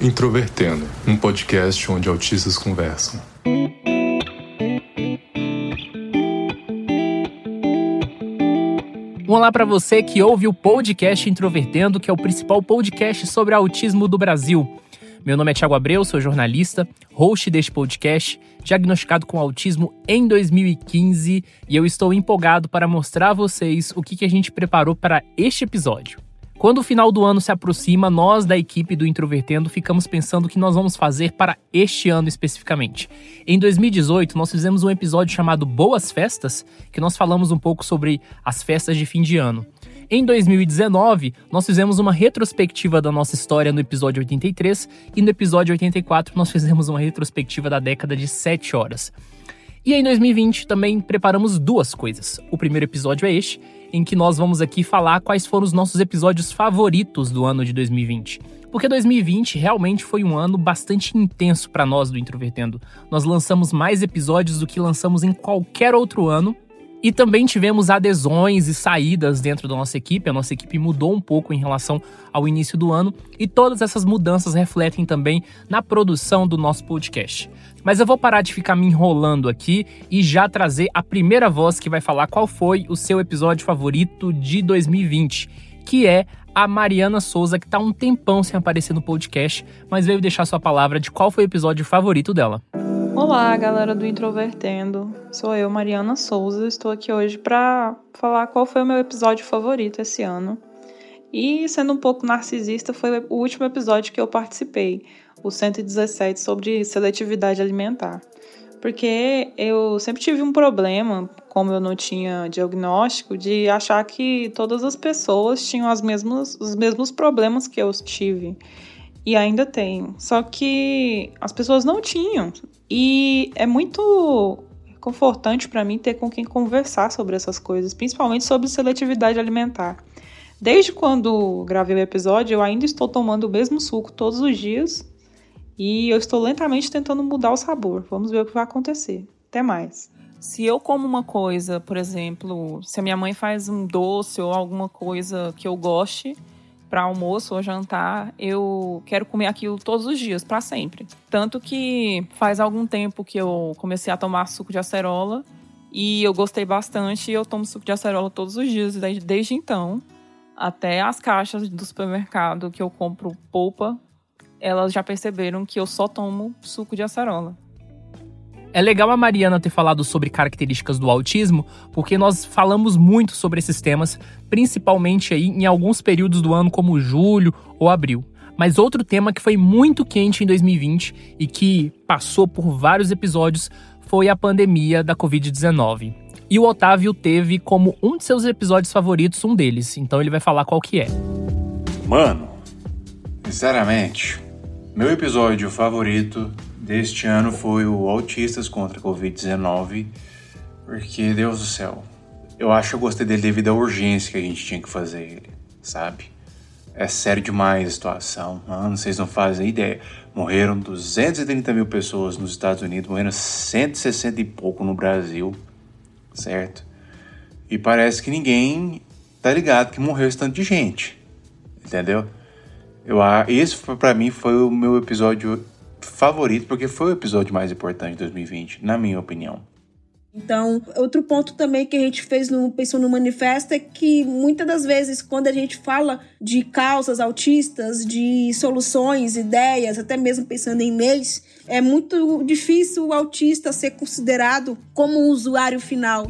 Introvertendo, um podcast onde autistas conversam. Olá para você que ouve o podcast Introvertendo, que é o principal podcast sobre autismo do Brasil. Meu nome é Thiago Abreu, sou jornalista, host deste podcast, diagnosticado com autismo em 2015, e eu estou empolgado para mostrar a vocês o que a gente preparou para este episódio. Quando o final do ano se aproxima, nós da equipe do Introvertendo ficamos pensando o que nós vamos fazer para este ano especificamente. Em 2018, nós fizemos um episódio chamado Boas Festas, que nós falamos um pouco sobre as festas de fim de ano. Em 2019, nós fizemos uma retrospectiva da nossa história no episódio 83, e no episódio 84 nós fizemos uma retrospectiva da década de 7 horas. E em 2020 também preparamos duas coisas. O primeiro episódio é este, em que nós vamos aqui falar quais foram os nossos episódios favoritos do ano de 2020. Porque 2020 realmente foi um ano bastante intenso para nós do Introvertendo. Nós lançamos mais episódios do que lançamos em qualquer outro ano. E também tivemos adesões e saídas dentro da nossa equipe. A nossa equipe mudou um pouco em relação ao início do ano. E todas essas mudanças refletem também na produção do nosso podcast. Mas eu vou parar de ficar me enrolando aqui e já trazer a primeira voz que vai falar qual foi o seu episódio favorito de 2020, que é a Mariana Souza, que está um tempão sem aparecer no podcast, mas veio deixar sua palavra de qual foi o episódio favorito dela. Olá, galera do Introvertendo. Sou eu, Mariana Souza. Estou aqui hoje para falar qual foi o meu episódio favorito esse ano. E, sendo um pouco narcisista, foi o último episódio que eu participei, o 117, sobre seletividade alimentar. Porque eu sempre tive um problema, como eu não tinha diagnóstico, de achar que todas as pessoas tinham os mesmos problemas que eu tive. E ainda tenho. Só que as pessoas não tinham. E é muito confortante para mim ter com quem conversar sobre essas coisas, principalmente sobre seletividade alimentar. Desde quando gravei o episódio, eu ainda estou tomando o mesmo suco todos os dias e eu estou lentamente tentando mudar o sabor. Vamos ver o que vai acontecer. Até mais. Se eu como uma coisa, por exemplo, se a minha mãe faz um doce ou alguma coisa que eu goste para almoço ou jantar, eu quero comer aquilo todos os dias, para sempre. Tanto que faz algum tempo que eu comecei a tomar suco de acerola e eu gostei bastante e eu tomo suco de acerola todos os dias desde então. Até as caixas do supermercado que eu compro polpa, elas já perceberam que eu só tomo suco de acerola. É legal a Mariana ter falado sobre características do autismo, porque nós falamos muito sobre esses temas, principalmente aí em alguns períodos do ano, como julho ou abril. Mas outro tema que foi muito quente em 2020 e que passou por vários episódios foi a pandemia da Covid-19. E o Otávio teve como um de seus episódios favoritos um deles, então ele vai falar qual que é. Mano, sinceramente, meu episódio favorito deste ano foi o Autistas contra a Covid-19, porque, Deus do céu, eu acho que eu gostei dele devido à urgência que a gente tinha que fazer ele, sabe? É sério demais a situação, mano, vocês não fazem ideia. Morreram 230 mil pessoas nos Estados Unidos, morreram 160 e pouco no Brasil, certo? E parece que ninguém tá ligado que morreu esse tanto de gente, entendeu? Esse pra mim foi o meu episódio favorito, porque foi o episódio mais importante de 2020, na minha opinião. Então, outro ponto também que a gente pensou no manifesto é que muitas das vezes, quando a gente fala de causas autistas, de soluções, ideias, até mesmo pensando em leis, é muito difícil o autista ser considerado como um usuário final.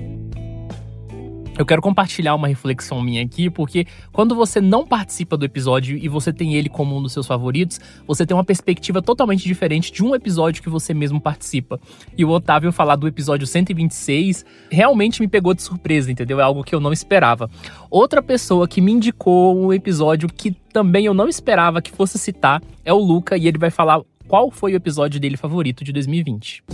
Eu quero compartilhar uma reflexão minha aqui, porque quando você não participa do episódio e você tem ele como um dos seus favoritos, você tem uma perspectiva totalmente diferente de um episódio que você mesmo participa. E o Otávio falar do episódio 126 realmente me pegou de surpresa, entendeu? É algo que eu não esperava. Outra pessoa que me indicou um episódio que também eu não esperava que fosse citar é o Luca, e ele vai falar qual foi o episódio dele favorito de 2020.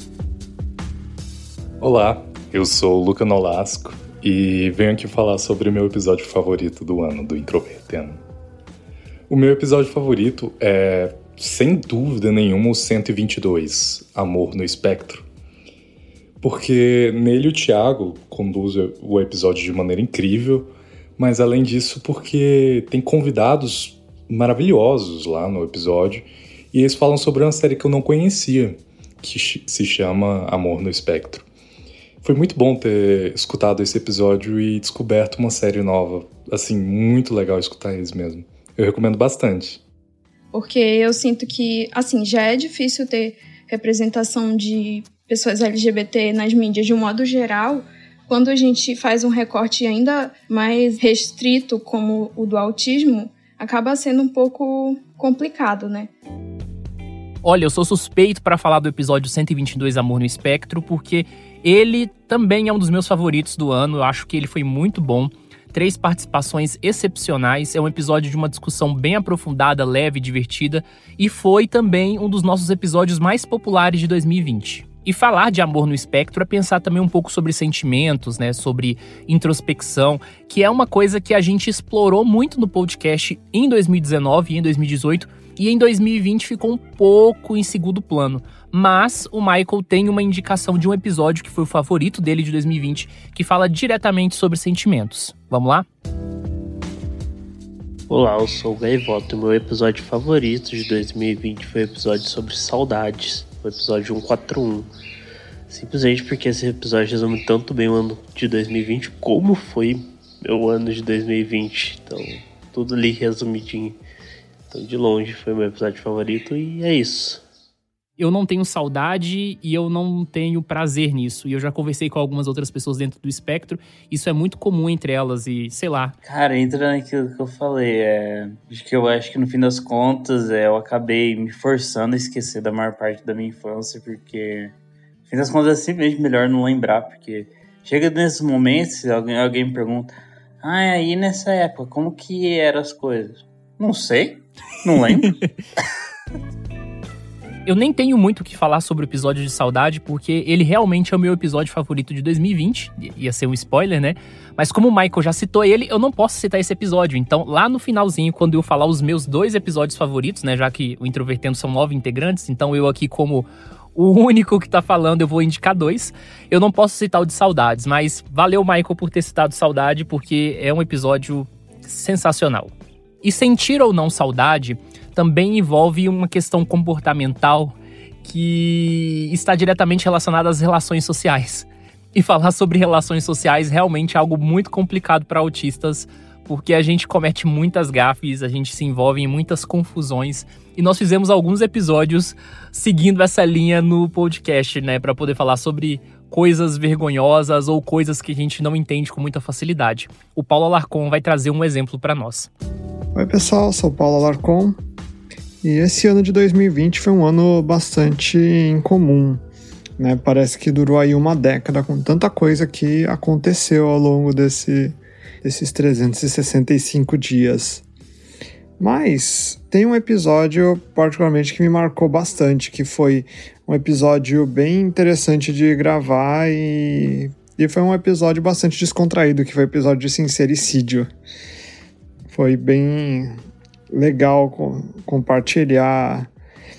Olá, eu sou o Luca Nolasco e venho aqui falar sobre o meu episódio favorito do ano do Introvertendo. O meu episódio favorito é, sem dúvida nenhuma, o 122, Amor no Espectro. Porque nele o Thiago conduz o episódio de maneira incrível, mas além disso porque tem convidados maravilhosos lá no episódio E eles falam sobre uma série que eu não conhecia, que se chama Amor no Espectro. Foi muito bom ter escutado esse episódio e descoberto uma série nova. Assim, muito legal escutar eles mesmo. Eu recomendo bastante. Porque eu sinto que, assim, já é difícil ter representação de pessoas LGBT nas mídias de um modo geral. Quando a gente faz um recorte ainda mais restrito, como o do autismo, acaba sendo um pouco complicado, né? Olha, eu sou suspeito para falar do episódio 122 Amor no Espectro, porque ele também é um dos meus favoritos do ano. Eu acho que ele foi muito bom. 3 participações excepcionais. É um episódio de uma discussão bem aprofundada, leve e divertida. E foi também um dos nossos episódios mais populares de 2020. E falar de Amor no Espectro é pensar também um pouco sobre sentimentos, né? Sobre introspecção, que é uma coisa que a gente explorou muito no podcast em 2019 e em 2018. E em 2020 ficou um pouco em segundo plano. Mas o Michael tem uma indicação de um episódio que foi o favorito dele de 2020, que fala diretamente sobre sentimentos. Vamos lá? Olá, eu sou o Gaivota. O meu episódio favorito de 2020 foi o episódio sobre saudades, o episódio 141. Simplesmente porque esse episódio resume tanto bem o ano de 2020 como foi meu ano de 2020. Então, tudo ali resumidinho. Então, de longe, foi meu episódio favorito e é isso. Eu não tenho saudade e eu não tenho prazer nisso. E eu já conversei com algumas outras pessoas dentro do espectro. Isso é muito comum entre elas e, sei lá. Cara, entra naquilo que eu falei. De que eu acho que no fim das contas eu acabei me forçando a esquecer da maior parte da minha infância. Porque no fim das contas é simplesmente melhor não lembrar. Porque chega nesses momentos, alguém me pergunta: aí nessa época, como que eram as coisas? Não sei. Não lembro. Eu nem tenho muito o que falar sobre o episódio de saudade, porque ele realmente é o meu episódio favorito de 2020. Ia ser um spoiler, né? Mas como o Michael já citou ele, eu não posso citar esse episódio. Então, lá no finalzinho, quando eu falar os meus 2 episódios favoritos, né? Já que o Introvertendo são 9 integrantes, então eu aqui como o único que tá falando, eu vou indicar 2. Eu não posso citar o de saudades, mas valeu, Michael, por ter citado saudade, porque é um episódio sensacional. E sentir ou não saudade também envolve uma questão comportamental que está diretamente relacionada às relações sociais. E falar sobre relações sociais realmente é algo muito complicado para autistas, porque a gente comete muitas gafes, a gente se envolve em muitas confusões. E nós fizemos alguns episódios seguindo essa linha no podcast, né, para poder falar sobre coisas vergonhosas ou coisas que a gente não entende com muita facilidade. O Paulo Alarcon vai trazer um exemplo para nós. Oi pessoal, sou o Paulo Alarcon e esse ano de 2020 foi um ano bastante incomum, né? Parece que durou aí uma década com tanta coisa que aconteceu ao longo desses 365 dias. Mas tem um episódio particularmente que me marcou bastante, que foi um episódio bem interessante de gravar e foi um episódio bastante descontraído, que foi o episódio de sincericídio. Foi bem legal compartilhar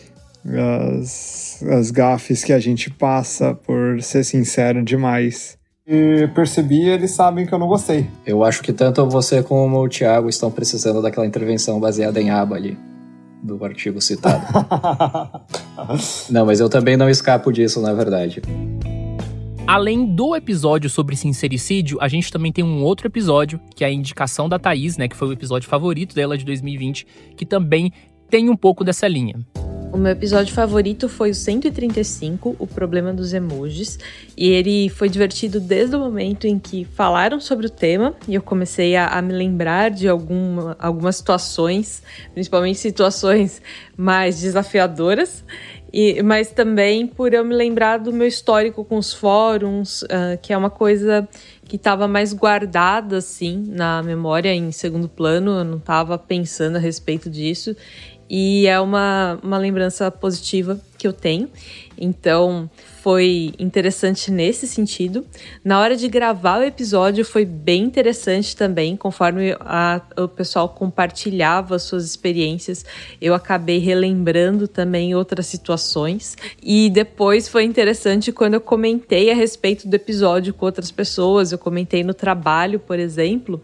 as gafes que a gente passa por ser sincero demais. E percebi, eles sabem que eu não gostei. Eu acho que tanto você como o Thiago estão precisando daquela intervenção baseada em aba ali, do artigo citado. Não, mas eu também não escapo disso, na verdade. Além do episódio sobre sincericídio, a gente também tem um outro episódio, que é a indicação da Thaís, né, que foi o episódio favorito dela de 2020, que também tem um pouco dessa linha. O meu episódio favorito foi o 135, O Problema dos Emojis, e ele foi divertido desde o momento em que falaram sobre o tema, e eu comecei a me lembrar de algumas situações, principalmente situações mais desafiadoras, mas também por eu me lembrar do meu histórico com os fóruns, que é uma coisa que estava mais guardada assim na memória em segundo plano, eu não estava pensando a respeito disso, e é uma lembrança positiva que eu tenho. Então, foi interessante nesse sentido. Na hora de gravar o episódio, foi bem interessante também. Conforme o pessoal compartilhava suas experiências, eu acabei relembrando também outras situações. E depois foi interessante quando eu comentei a respeito do episódio com outras pessoas. Eu comentei no trabalho, por exemplo,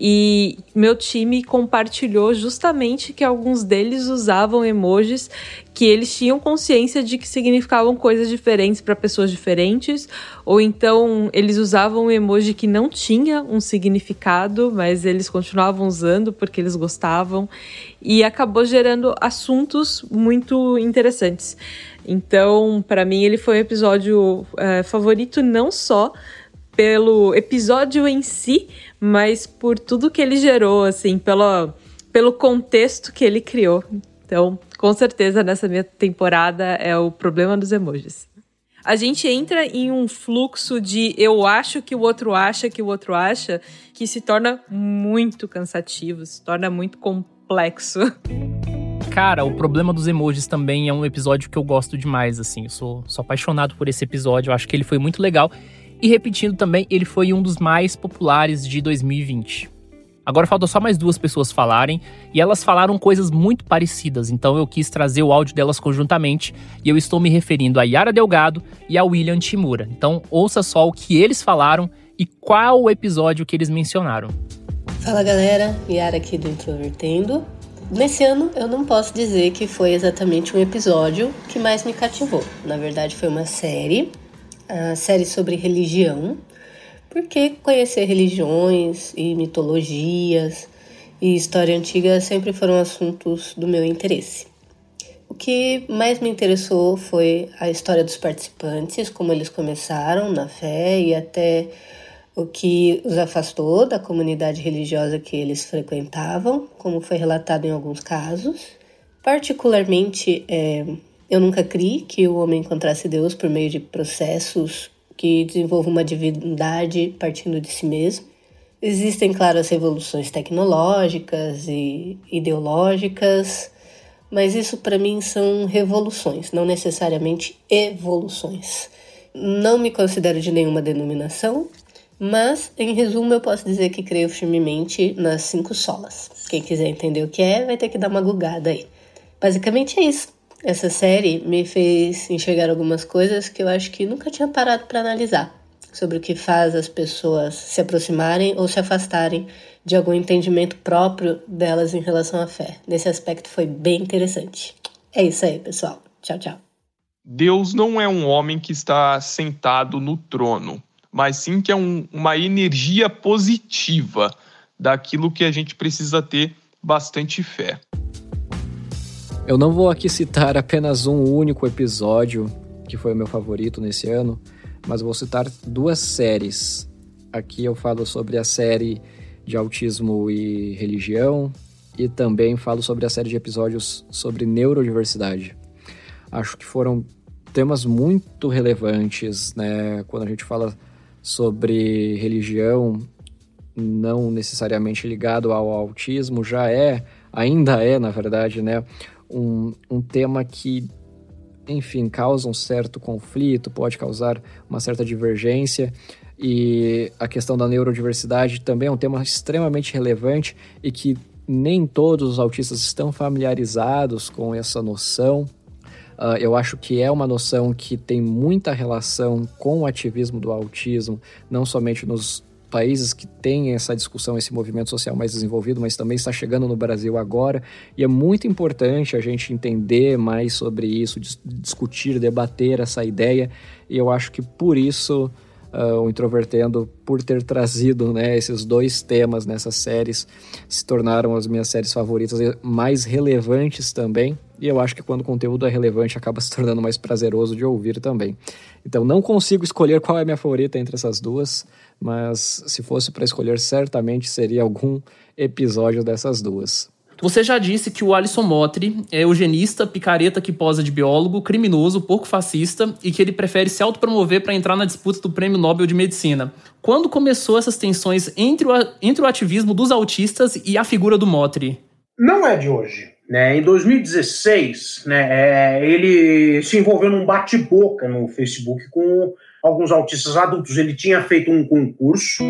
e meu time compartilhou justamente que alguns deles usavam emojis que eles tinham consciência de que significavam coisas diferentes para pessoas diferentes, ou então eles usavam um emoji que não tinha um significado, mas eles continuavam usando porque eles gostavam, e acabou gerando assuntos muito interessantes. Então, para mim, ele foi um episódio favorito não só pelo episódio em si, mas por tudo que ele gerou, assim, pelo contexto que ele criou. Então, com certeza, nessa minha temporada é o problema dos emojis. A gente entra em um fluxo de eu acho que o outro acha que o outro acha, que se torna muito cansativo, se torna muito complexo. Cara, o problema dos emojis também é um episódio que eu gosto demais, assim. Eu sou apaixonado por esse episódio, eu acho que ele foi muito legal. E repetindo também, ele foi um dos mais populares de 2020. Agora falta só mais 2 pessoas falarem, e elas falaram coisas muito parecidas, então eu quis trazer o áudio delas conjuntamente, e eu estou me referindo a Yara Delgado e a William Timura. Então ouça só o que eles falaram e qual o episódio que eles mencionaram. Fala galera, Yara aqui do Introvertendo. Nesse ano eu não posso dizer que foi exatamente um episódio que mais me cativou. Na verdade foi uma série, a série sobre religião, porque conhecer religiões e mitologias e história antiga sempre foram assuntos do meu interesse. O que mais me interessou foi a história dos participantes, como eles começaram na fé e até o que os afastou da comunidade religiosa que eles frequentavam, como foi relatado em alguns casos. Particularmente, eu nunca criei que o homem encontrasse Deus por meio de processos que desenvolvam uma divindade partindo de si mesmo. Existem, claro, as revoluções tecnológicas e ideológicas, mas isso para mim são revoluções, não necessariamente evoluções. Não me considero de nenhuma denominação, mas, em resumo, eu posso dizer que creio firmemente nas 5 solas. Quem quiser entender o que é, vai ter que dar uma gugada aí. Basicamente é isso. Essa série me fez enxergar algumas coisas que eu acho que nunca tinha parado para analisar, sobre o que faz as pessoas se aproximarem ou se afastarem de algum entendimento próprio delas em relação à fé. Nesse aspecto foi bem interessante. É isso aí, pessoal. Tchau, tchau. Deus não é um homem que está sentado no trono, mas sim que é uma energia positiva daquilo que a gente precisa ter bastante fé. Eu não vou aqui citar apenas um único episódio, que foi o meu favorito nesse ano, mas vou citar 2 séries. Aqui eu falo sobre a série de autismo e religião e também falo sobre a série de episódios sobre neurodiversidade. Acho que foram temas muito relevantes, né? Quando a gente fala sobre religião, não necessariamente ligado ao autismo, ainda é, na verdade, né? Um tema que, enfim, causa um certo conflito, pode causar uma certa divergência, e a questão da neurodiversidade também é um tema extremamente relevante e que nem todos os autistas estão familiarizados com essa noção. Eu acho que é uma noção que tem muita relação com o ativismo do autismo, não somente nos países que têm essa discussão, esse movimento social mais desenvolvido, mas também está chegando no Brasil agora, e é muito importante a gente entender mais sobre isso, discutir, debater essa ideia, e eu acho que por isso o Introvertendo, por ter trazido, né, esses 2 temas nessas séries, se tornaram as minhas séries favoritas e mais relevantes também, e eu acho que quando o conteúdo é relevante acaba se tornando mais prazeroso de ouvir também. Então não consigo escolher qual é a minha favorita entre essas 2, mas se fosse para escolher, certamente seria algum episódio dessas 2. Você já disse que o Alisson Motri é eugenista, picareta que posa de biólogo, criminoso, pouco fascista e que ele prefere se autopromover para entrar na disputa do Prêmio Nobel de Medicina. Quando começou essas tensões entre o ativismo dos autistas e a figura do Motri? Não é de hoje. Né? Em 2016, né, ele se envolveu num bate-boca no Facebook com alguns autistas adultos. Ele tinha feito um concurso.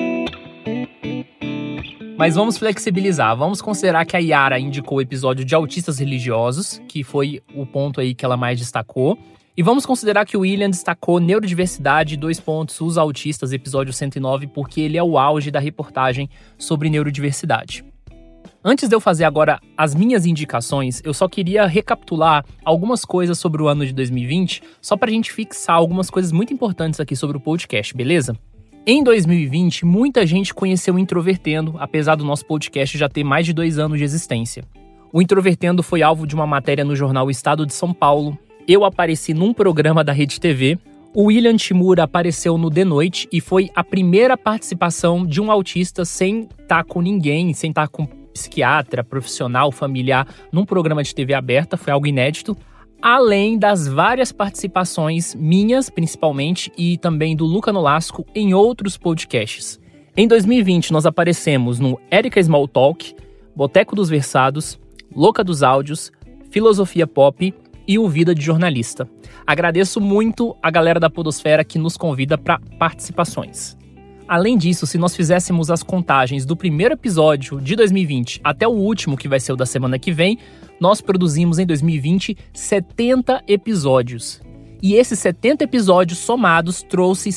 Mas vamos flexibilizar. Vamos considerar que a Yara indicou o episódio de autistas religiosos, que foi o ponto aí que ela mais destacou. E vamos considerar que o William destacou neurodiversidade, 2 pontos, os autistas, episódio 109, porque ele é o auge da reportagem sobre neurodiversidade. Antes de eu fazer agora as minhas indicações, eu só queria recapitular algumas coisas sobre o ano de 2020, só pra gente fixar algumas coisas muito importantes aqui sobre o podcast, beleza? Em 2020, muita gente conheceu o Introvertendo, apesar do nosso podcast já ter mais de 2 anos de existência. O Introvertendo foi alvo de uma matéria no jornal Estado de São Paulo. Eu apareci num programa da Rede TV. O William Timura apareceu no De Noite e foi a primeira participação de um autista sem estar com ninguém, sem estar com psiquiatra, profissional, familiar, num programa de TV aberta. Foi algo inédito. Além das várias participações minhas, principalmente, e também do Luca Nolasco em outros podcasts. Em 2020, nós aparecemos no Erika Smalltalk, Boteco dos Versados, Louca dos Áudios, Filosofia Pop e o Vida de Jornalista. Agradeço muito a galera da Podosfera que nos convida para participações. Além disso, se nós fizéssemos as contagens do primeiro episódio de 2020 até o último, que vai ser o da semana que vem, nós produzimos em 2020 70 episódios. E esses 70 episódios somados trouxe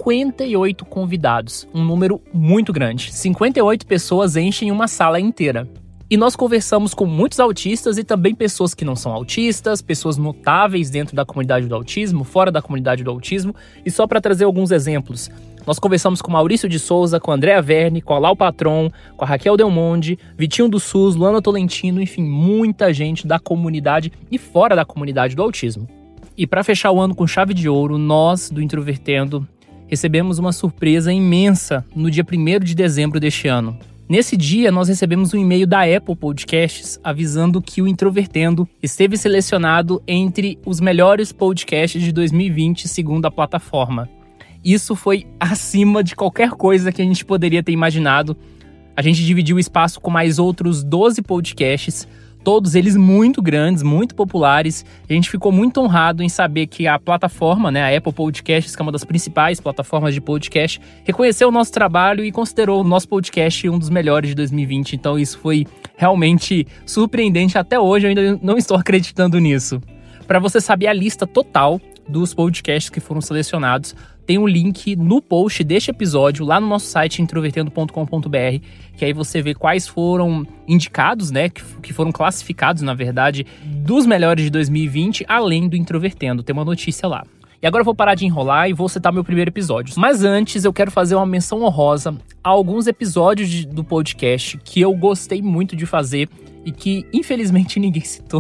58 convidados, um número muito grande. 58 pessoas enchem uma sala inteira. E nós conversamos com muitos autistas e também pessoas que não são autistas, pessoas notáveis dentro da comunidade do autismo, fora da comunidade do autismo. E só para trazer alguns exemplos, nós conversamos com Maurício de Souza, com Andréa Verne, com a Lau Patron, com a Raquel Del Monde, Vitinho do SUS, Luana Tolentino, enfim, muita gente da comunidade e fora da comunidade do autismo. E para fechar o ano com chave de ouro, nós, do Introvertendo, recebemos uma surpresa imensa no dia 1º de dezembro deste ano. Nesse dia, nós recebemos um e-mail da Apple Podcasts avisando que o Introvertendo esteve selecionado entre os melhores podcasts de 2020, segundo a plataforma. Isso foi acima de qualquer coisa que a gente poderia ter imaginado. A gente dividiu o espaço com mais outros 12 podcasts, todos eles muito grandes, muito populares. A gente ficou muito honrado em saber que a plataforma, a Apple Podcasts, que é uma das principais plataformas de podcast, reconheceu o nosso trabalho e considerou o nosso podcast um dos melhores de 2020. Então isso foi realmente surpreendente. Até hoje eu ainda não estou acreditando nisso. Para você saber a lista total dos podcasts que foram selecionados, tem um link no post deste episódio lá no nosso site introvertendo.com.br, que aí você vê quais foram indicados, que foram classificados, na verdade, dos melhores de 2020, além do Introvertendo. Tem uma notícia lá. E agora eu vou parar de enrolar e vou citar meu primeiro episódio. Mas antes eu quero fazer uma menção honrosa a alguns episódios do podcast que eu gostei muito de fazer e que infelizmente ninguém citou,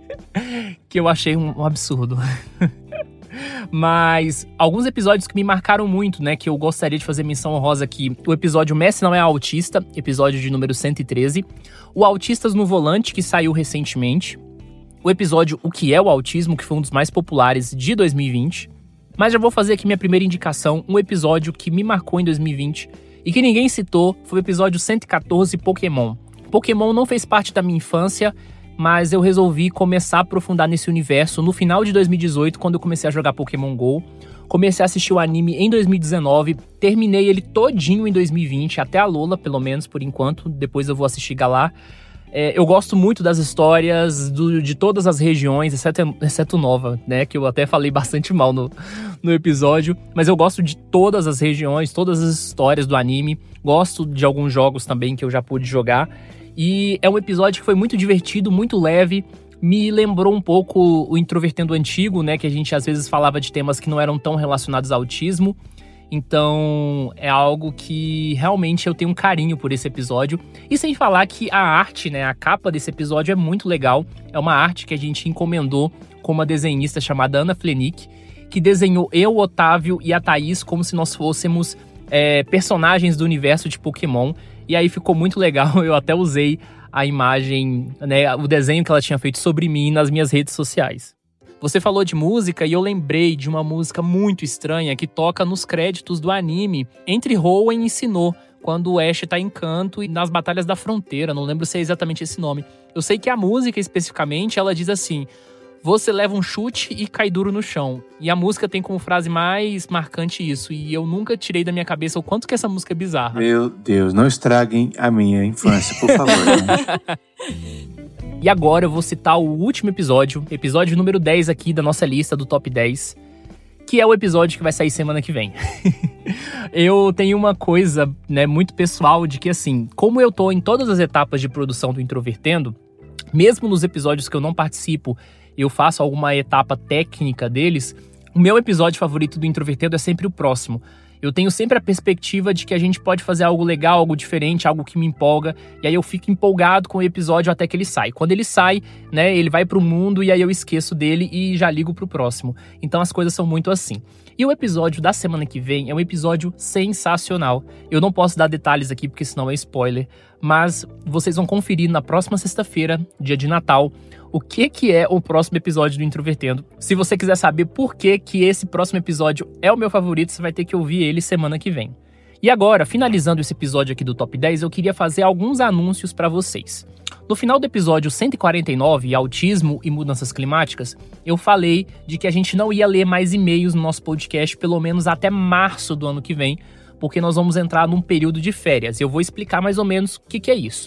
que eu achei um absurdo. Mas alguns episódios que me marcaram muito, que eu gostaria de fazer menção honrosa aqui. O episódio Messi Não é Autista, episódio de número 113. O Autistas no Volante, que saiu recentemente. O episódio O que é o Autismo, que foi um dos mais populares de 2020. Mas já vou fazer aqui minha primeira indicação, um episódio que me marcou em 2020 e que ninguém citou, foi o episódio 114, Pokémon. Pokémon não fez parte da minha infância, mas eu resolvi começar a aprofundar nesse universo no final de 2018, quando eu comecei a jogar Pokémon GO. Comecei a assistir o anime em 2019, terminei ele todinho em 2020, até a Lola, pelo menos, por enquanto. Depois eu vou assistir Galar. Eu gosto muito das histórias de todas as regiões, exceto Nova, que eu até falei bastante mal no episódio. Mas eu gosto de todas as regiões, todas as histórias do anime. Gosto de alguns jogos também que eu já pude jogar. E é um episódio que foi muito divertido, muito leve. Me lembrou um pouco o Introvertendo antigo, que a gente às vezes falava de temas que não eram tão relacionados ao autismo. Então é algo que realmente eu tenho um carinho por esse episódio. E sem falar que a arte, a capa desse episódio é muito legal. É uma arte que a gente encomendou com uma desenhista chamada Ana Flenick, que desenhou eu, Otávio e a Thaís como se nós fôssemos personagens do universo de Pokémon. E aí ficou muito legal, eu até usei a imagem, o desenho que ela tinha feito sobre mim nas minhas redes sociais. Você falou de música e eu lembrei de uma música muito estranha que toca nos créditos do anime Entre Hoenn e Sinnoh, quando o Ash tá em Canto e nas Batalhas da Fronteira, não lembro se é exatamente esse nome. Eu sei que a música, especificamente, ela diz assim: você leva um chute e cai duro no chão. E a música tem como frase mais marcante isso. E eu nunca tirei da minha cabeça o quanto que essa música é bizarra. Meu Deus, não estraguem a minha infância, por favor. Né? E agora eu vou citar o último episódio número 10 aqui da nossa lista do Top 10, que é o episódio que vai sair semana que vem. Eu tenho uma coisa, né, muito pessoal de que, assim, como eu tô em todas as etapas de produção do Introvertendo, mesmo nos episódios que eu não participo, eu faço alguma etapa técnica deles, o meu episódio favorito do Introvertendo é sempre o próximo. Eu tenho sempre a perspectiva de que a gente pode fazer algo legal, algo diferente, algo que me empolga, e aí eu fico empolgado com o episódio até que ele sai. Quando ele sai, né, ele vai pro mundo e aí eu esqueço dele e já ligo pro próximo. Então as coisas são muito assim. E o episódio da semana que vem é um episódio sensacional. Eu não posso dar detalhes aqui porque senão é spoiler, mas vocês vão conferir na próxima sexta-feira, dia de Natal, o que é o próximo episódio do Introvertendo. Se você quiser saber por que esse próximo episódio é o meu favorito, você vai ter que ouvir ele semana que vem. E agora, finalizando esse episódio aqui do Top 10, eu queria fazer alguns anúncios para vocês. No final do episódio 149, Autismo e Mudanças Climáticas, eu falei de que a gente não ia ler mais e-mails no nosso podcast, pelo menos até março do ano que vem, porque nós vamos entrar num período de férias. Eu vou explicar mais ou menos o que é isso.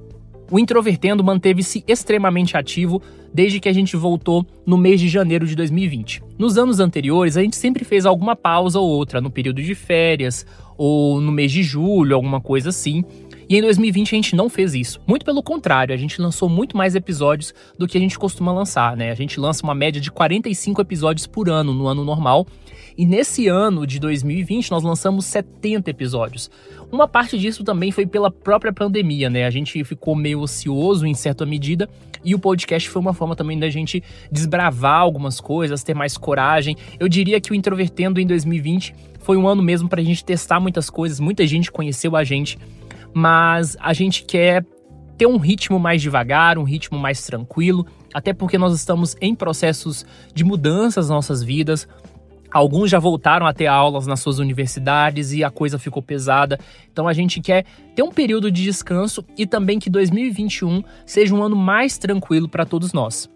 O Introvertendo manteve-se extremamente ativo desde que a gente voltou no mês de janeiro de 2020. Nos anos anteriores, a gente sempre fez alguma pausa ou outra, no período de férias, ou no mês de julho, alguma coisa assim. E em 2020 a gente não fez isso. Muito pelo contrário, a gente lançou muito mais episódios do que a gente costuma lançar, né? A gente lança uma média de 45 episódios por ano, no ano normal. E nesse ano de 2020 nós lançamos 70 episódios. Uma parte disso também foi pela própria pandemia, né? A gente ficou meio ocioso em certa medida e o podcast foi uma forma também da gente desbravar algumas coisas, ter mais coragem. Eu diria que o Introvertendo em 2020 foi um ano mesmo pra gente testar muitas coisas, muita gente conheceu a gente, mas a gente quer ter um ritmo mais devagar, um ritmo mais tranquilo, até porque nós estamos em processos de mudanças nas nossas vidas. Alguns já voltaram a ter aulas nas suas universidades e a coisa ficou pesada. Então a gente quer ter um período de descanso e também que 2021 seja um ano mais tranquilo para todos nós.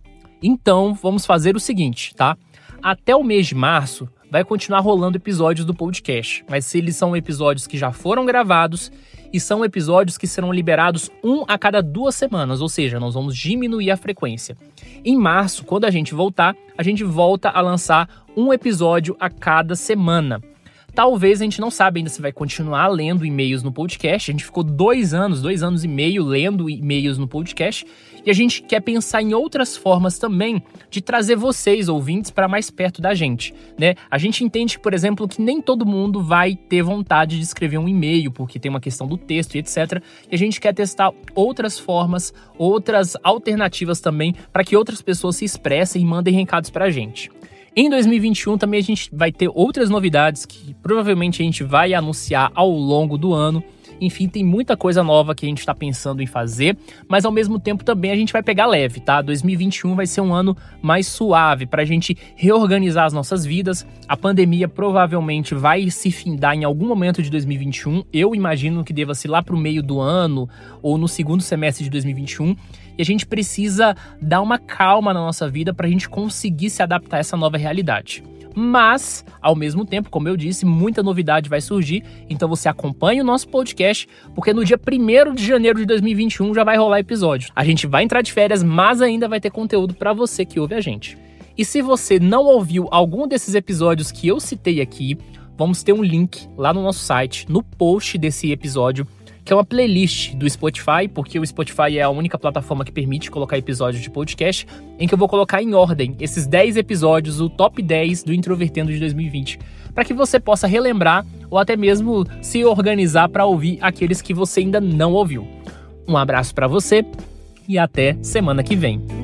Então vamos fazer o seguinte, tá? Até o mês de março vai continuar rolando episódios do podcast, mas eles são episódios que já foram gravados e são episódios que serão liberados um a cada 2 semanas, ou seja, nós vamos diminuir a frequência. Em março, quando a gente voltar, a gente volta a lançar um episódio a cada semana. Talvez a gente não sabe ainda se vai continuar lendo e-mails no podcast. A gente ficou 2 anos e meio lendo e-mails no podcast. E a gente quer pensar em outras formas também de trazer vocês, ouvintes, para mais perto da gente, né? A gente entende, por exemplo, que nem todo mundo vai ter vontade de escrever um e-mail, porque tem uma questão do texto e etc. E a gente quer testar outras formas, outras alternativas também, para que outras pessoas se expressem e mandem recados para a gente. Em 2021 também a gente vai ter outras novidades que provavelmente a gente vai anunciar ao longo do ano. Enfim, tem muita coisa nova que a gente está pensando em fazer, mas ao mesmo tempo também a gente vai pegar leve, tá? 2021 vai ser um ano mais suave para a gente reorganizar as nossas vidas. A pandemia provavelmente vai se findar em algum momento de 2021. Eu imagino que deva ser lá para o meio do ano ou no segundo semestre de 2021. E a gente precisa dar uma calma na nossa vida para a gente conseguir se adaptar a essa nova realidade. Mas, ao mesmo tempo, como eu disse, muita novidade vai surgir, então você acompanha o nosso podcast, porque no dia 1º de janeiro de 2021 já vai rolar episódio. A gente vai entrar de férias, mas ainda vai ter conteúdo para você que ouve a gente. E se você não ouviu algum desses episódios que eu citei aqui, vamos ter um link lá no nosso site, no post desse episódio, que é uma playlist do Spotify, porque o Spotify é a única plataforma que permite colocar episódios de podcast, em que eu vou colocar em ordem esses 10 episódios, o top 10 do Introvertendo de 2020, para que você possa relembrar ou até mesmo se organizar para ouvir aqueles que você ainda não ouviu. Um abraço para você e até semana que vem.